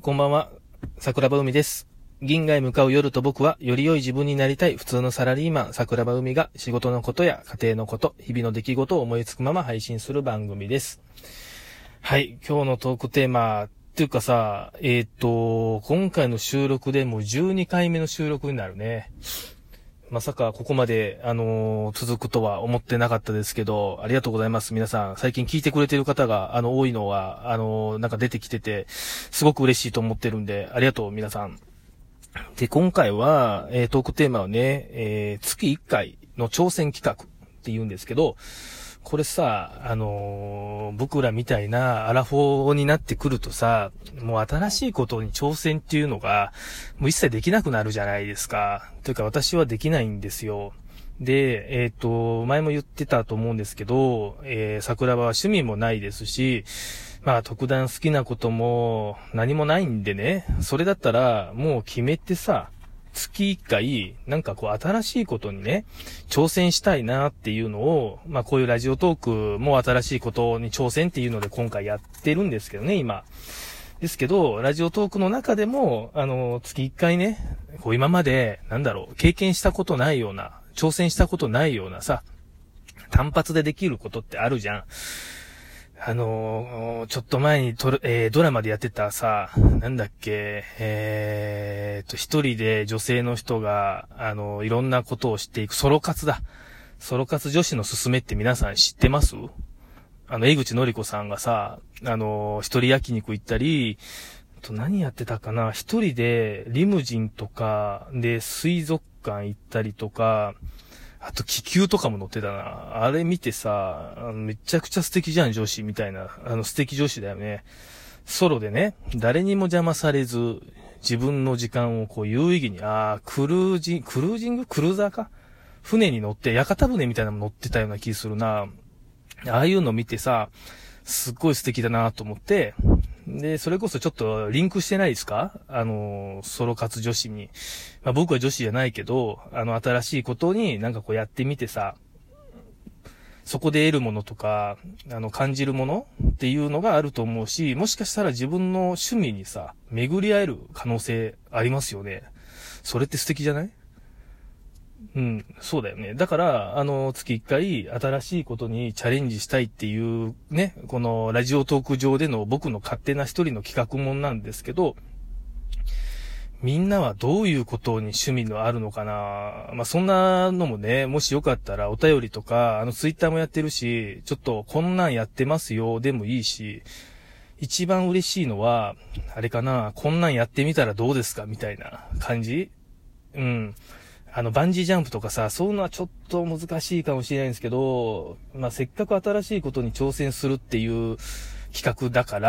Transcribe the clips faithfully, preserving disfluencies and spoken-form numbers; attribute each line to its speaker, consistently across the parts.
Speaker 1: こんばんは。桜庭海です。銀河へ向かう夜と僕は、より良い自分になりたい普通のサラリーマン、桜庭海が仕事のことや家庭のこと、日々の出来事を思いつくまま配信する番組です。はい、今日のトークテーマ、っていうかさ、えっと、今回の収録でもうじゅうにかいめの収録になるね。まさかここまで、あのー、続くとは思ってなかったですけど、ありがとうございます。皆さん、最近聞いてくれてる方が、あの、多いのは、あのー、なんか出てきてて、すごく嬉しいと思ってるんで、ありがとう、皆さん。で、今回は、えー、トークテーマはね、えー、月いっかいの挑戦企画って言うんですけど、これさ、あのー、僕らみたいなアラフォーになってくるとさ、もう新しいことに挑戦っていうのが、もう一切できなくなるじゃないですか。というか私はできないんですよ。で、えっと、前も言ってたと思うんですけど、えー、桜庭は趣味もないですし、まあ特段好きなことも何もないんでね、それだったらもう決めてさ、月いっかい、なんかこう新しいことにね、挑戦したいなっていうのを、まあこういうラジオトークも新しいことに挑戦っていうので今回やってるんですけどね、今。ですけど、ラジオトークの中でも、あの、月いっかいね、こう今まで、なんだろう、経験したことないような、挑戦したことないようなさ、単発でできることってあるじゃん。あのー、ちょっと前にト, えー、ドラマでやってたさ、なんだっけ、えーと、一人で女性の人が、あのー、いろんなことをしていく、ソロ活だ。ソロ活女子のすすめって皆さん知ってます？あの、江口のり子さんがさ、あのー、一人焼肉行ったり、と何やってたかな、一人でリムジンとか、で、水族館行ったりとか、あと気球とかも乗ってたな。あれ見てさ、めちゃくちゃ素敵じゃん女子みたいな。あの素敵女子だよね。ソロでね、誰にも邪魔されず、自分の時間をこう有意義に、あー、クルージング、クルージングクルーザーか船に乗って、屋形船みたいなの乗ってたような気するな。ああいうの見てさ、すっごい素敵だなと思って、で、それこそちょっとリンクしてないですか？あの、ソロ活女子に。まあ僕は女子じゃないけど、あの、新しいことになんかこうやってみてさ、そこで得るものとか、あの、感じるものっていうのがあると思うし、もしかしたら自分の趣味にさ、巡り合える可能性ありますよね。それって素敵じゃない？うん、そうだよね。だから、あの、月いっかい新しいことにチャレンジしたいっていうね、このラジオトーク上での僕の勝手な一人の企画もんなんですけど、みんなはどういうことに趣味のあるのかな。まあ、そんなのもね、もしよかったらお便りとか、あのツイッターもやってるし、ちょっとこんなんやってますよでもいいし、一番嬉しいのは、あれかな、こんなんやってみたらどうですかみたいな感じ？うん。あの、バンジージャンプとかさ、そういうのはちょっと難しいかもしれないんですけど、まあ、せっかく新しいことに挑戦するっていう企画だから、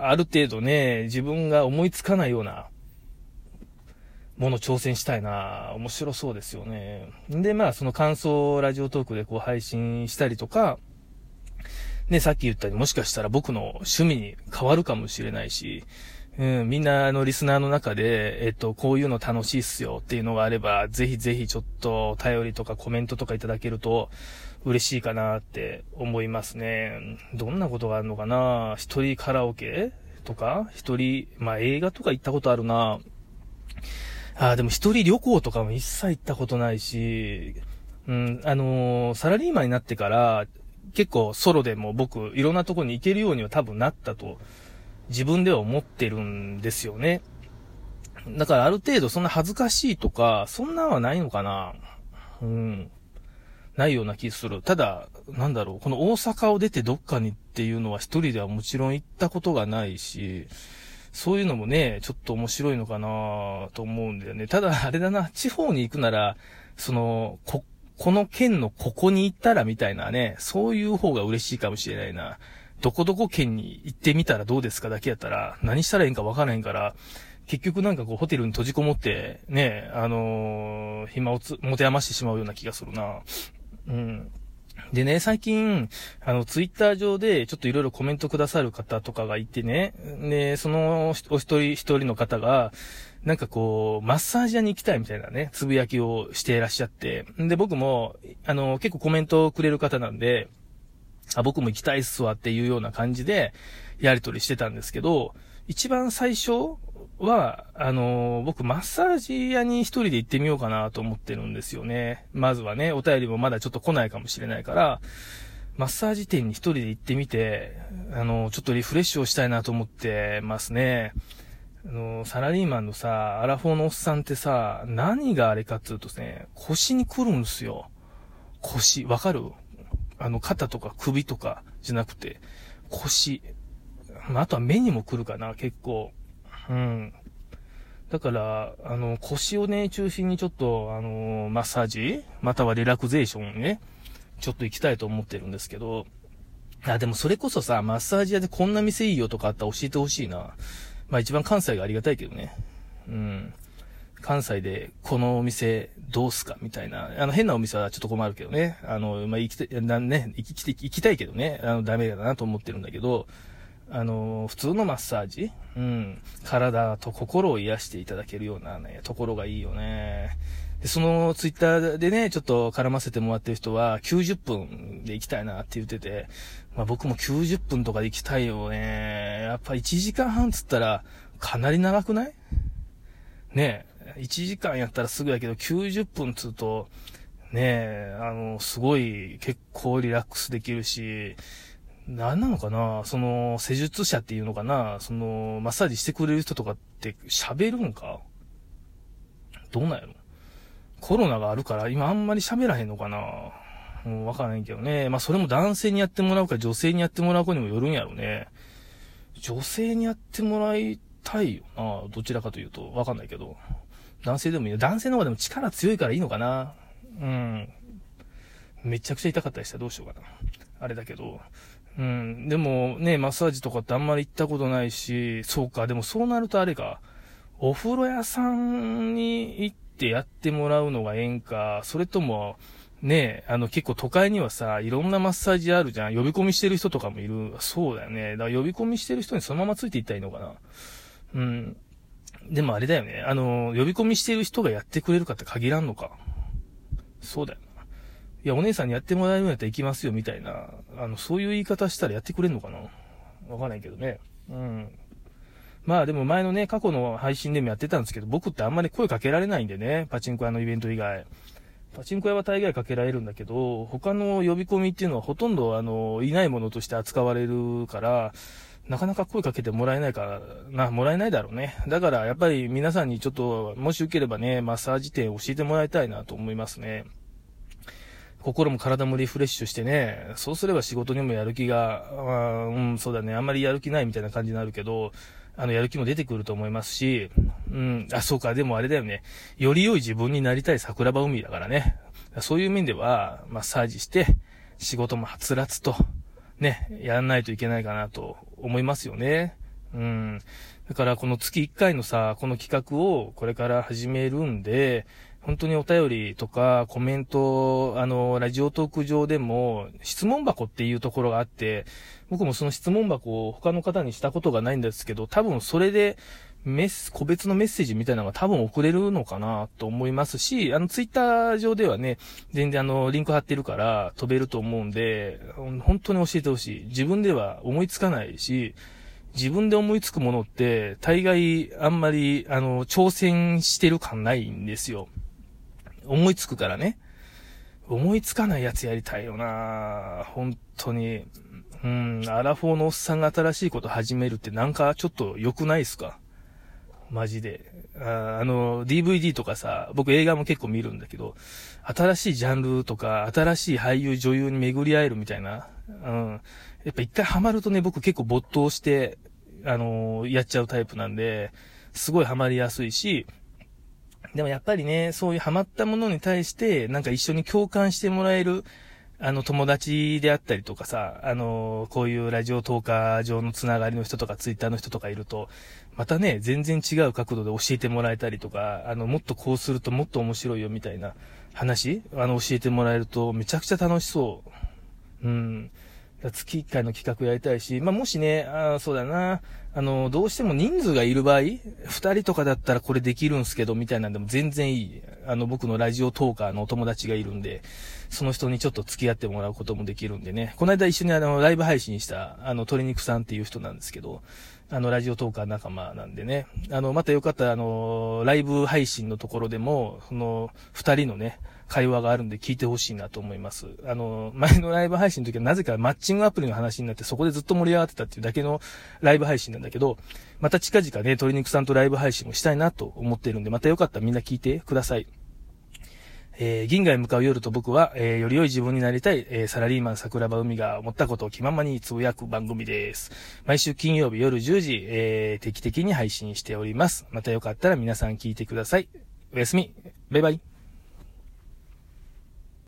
Speaker 1: ある程度ね、自分が思いつかないようなもの挑戦したいな。面白そうですよね。で、まあ、その感想をラジオトークでこう配信したりとか、ね、さっき言ったようにもしかしたら僕の趣味に変わるかもしれないし、うん、みんなのリスナーの中で、えっと、こういうの楽しいっすよっていうのがあれば、ぜひぜひちょっとお便りとかコメントとかいただけると嬉しいかなって思いますね。どんなことがあるのかな？一人カラオケとか一人、まあ映画とか行ったことあるな。ああ、でも一人旅行とかも一切行ったことないし、うん、あのー、サラリーマンになってから結構ソロでも僕いろんなとこに行けるようには多分なったと自分では思ってるんですよね。だからある程度そんな恥ずかしいとか、そんなんはないのかな。うん。ないような気する。ただ、なんだろう、この大阪を出てどっかにっていうのは一人ではもちろん行ったことがないし、そういうのもね、ちょっと面白いのかなと思うんだよね。ただ、あれだな、地方に行くなら、その、こ、この県のここに行ったらみたいなね、そういう方が嬉しいかもしれないな。どこどこ県に行ってみたらどうですかだけやったら、何したらいいんかわからへんから、結局なんかこうホテルに閉じこもって、ね、あのー、暇をつ、持て余してしまうような気がするな。うん。でね、最近、あの、ツイッター上で、ちょっといろいろコメントくださる方とかがいてね、で、その、お一人一人の方が、なんかこう、マッサージ屋に行きたいみたいなね、つぶやきをしていらっしゃって、で、僕も、あの、結構コメントをくれる方なんで、あ、僕も行きたいっすわっていうような感じで、やりとりしてたんですけど、一番最初は、あのー、僕マッサージ屋に一人で行ってみようかなと思ってるんですよね。まずはね、お便りもまだちょっと来ないかもしれないから、マッサージ店に一人で行ってみて、あのー、ちょっとリフレッシュをしたいなと思ってますね。あのー、サラリーマンのさ、アラフォーのおっさんってさ、何があれかっていうとね、腰に来るんですよ。腰、わかる？あの、肩とか首とかじゃなくて、腰。まあ、あとは目にも来るかな、結構。うん。だから、あの、腰をね、中心にちょっと、あの、マッサージまたはリラクゼーションをね、ちょっと行きたいと思ってるんですけど、あ、でもそれこそさ、マッサージ屋でこんな店いいよとかあったら教えてほしいな。まあ一番関西がありがたいけどね。うん。関西でこのお店どうすかみたいな。あの変なお店はちょっと困るけどね。あの、まあ、行きたい、なね、行き、行きたいけどね。あの、ダメだなと思ってるんだけど、あの、普通のマッサージうん。体と心を癒していただけるようなね、ところがいいよね。で、そのツイッターでね、ちょっと絡ませてもらってる人は、きゅうじゅっぷんで行きたいなって言ってて、まあ僕もきゅうじゅっぷんとかで行きたいよね。やっぱいちじかんはんつったら、かなり長くないねえ。いちじかんやったらすぐやけど、きゅうじゅっぷんつうと、ねえ、あの、すごい、結構リラックスできるし、なんなのかなその、施術者っていうのかなその、マッサージしてくれる人とかって喋るんかどうなんやろコロナがあるから今あんまり喋らへんのかなもうわからないけどね。まあそれも男性にやってもらうか女性にやってもらうかにもよるんやろね。女性にやってもらいたいよな。どちらかというとわかんないけど。男性でもいいよ。男性の方がでも力強いからいいのかな。うん。めちゃくちゃ痛かったりしたらどうしようかな。あれだけど。うん。でもね、マッサージとかってあんまり行ったことないし、そうか。でもそうなるとあれか。お風呂屋さんに行ってやってもらうのがええんか、それとも、ねえ、あの結構都会にはさ、いろんなマッサージあるじゃん。呼び込みしてる人とかもいる。そうだよね。だから呼び込みしてる人にそのままついていったらいいのかな。うん。でもあれだよね。あの、呼び込みしてる人がやってくれるかって限らんのか。そうだよな。いや、お姉さんにやってもらえるんやったら行きますよ、みたいな。あの、そういう言い方したらやってくれんのかな。わかんないけどね。うん。まあでも前のね、過去の配信でもやってたんですけど、僕ってあんまり声かけられないんでね、パチンコ屋のイベント以外。パチンコ屋は大概かけられるんだけど、他の呼び込みっていうのはほとんどあの、いないものとして扱われるから、なかなか声かけてもらえないからな、もらえないだろうね。だからやっぱり皆さんにちょっと、もしよければね、マッサージ店教えてもらいたいなと思いますね。心も体もリフレッシュしてね、そうすれば仕事にもやる気が、あうん、そうだね、あんまりやる気ないみたいな感じになるけど、あの、やる気も出てくると思いますし、うん、あ、そうか、でもあれだよね。より良い自分になりたい桜庭海だからね。そういう面では、マッサージして、仕事もはつらつと、ね、やらないといけないかなと思いますよね。うん。だからこの月いっかいのさ、この企画をこれから始めるんで、本当にお便りとかコメント、あの、ラジオトーク上でも質問箱っていうところがあって、僕もその質問箱を他の方にしたことがないんですけど、多分それでメス、個別のメッセージみたいなのが多分送れるのかなと思いますし、あのツイッター上ではね、全然あのリンク貼ってるから飛べると思うんで、本当に教えてほしい。自分では思いつかないし、自分で思いつくものって大概あんまりあの挑戦してる感ないんですよ。思いつくからね。思いつかないやつやりたいよな本当に。うん、アラフォーのおっさんが新しいこと始めるってなんかちょっと良くないっすかマジで。あ, あの、ディーブイディー とかさ、僕映画も結構見るんだけど、新しいジャンルとか、新しい俳優女優に巡り合えるみたいな。うん。やっぱ一回ハマるとね、僕結構没頭して、あの、やっちゃうタイプなんで、すごいハマりやすいし、でもやっぱりね、そういうハマったものに対して、なんか一緒に共感してもらえる、あの友達であったりとかさ、あの、こういうラジオトーカー上のつながりの人とかツイッターの人とかいると、またね、全然違う角度で教えてもらえたりとか、あの、もっとこうするともっと面白いよみたいな話、あの、教えてもらえるとめちゃくちゃ楽しそう。うん。月いっかいの企画やりたいし、まあ、もしね、あそうだな、あの、どうしても人数がいる場合、二人とかだったらこれできるんすけど、みたいなんでも全然いい。あの、僕のラジオトーカーのお友達がいるんで、その人にちょっと付き合ってもらうこともできるんでね。この間一緒にあの、ライブ配信した、あの、鶏肉さんっていう人なんですけど、 あの、ラジオトーカー仲間なんでね。あの、またよかったら、あの、ライブ配信のところでも、その、二人のね、会話があるんで聞いてほしいなと思います。あの、前のライブ配信の時はなぜかマッチングアプリの話になってそこでずっと盛り上がってたっていうだけのライブ配信なんだけど、また近々ね、鶏肉さんとライブ配信もしたいなと思っているんで、またよかったらみんな聞いてください。えー、銀河へ向かう夜と僕は、えー、より良い自分になりたい、えー、サラリーマン桜庭海が思ったことを気ままにつぶやく番組です。毎週金曜日夜じゅうじ、えー、定期的に配信しております。またよかったら皆さん聞いてください。おやすみ。バイバイ。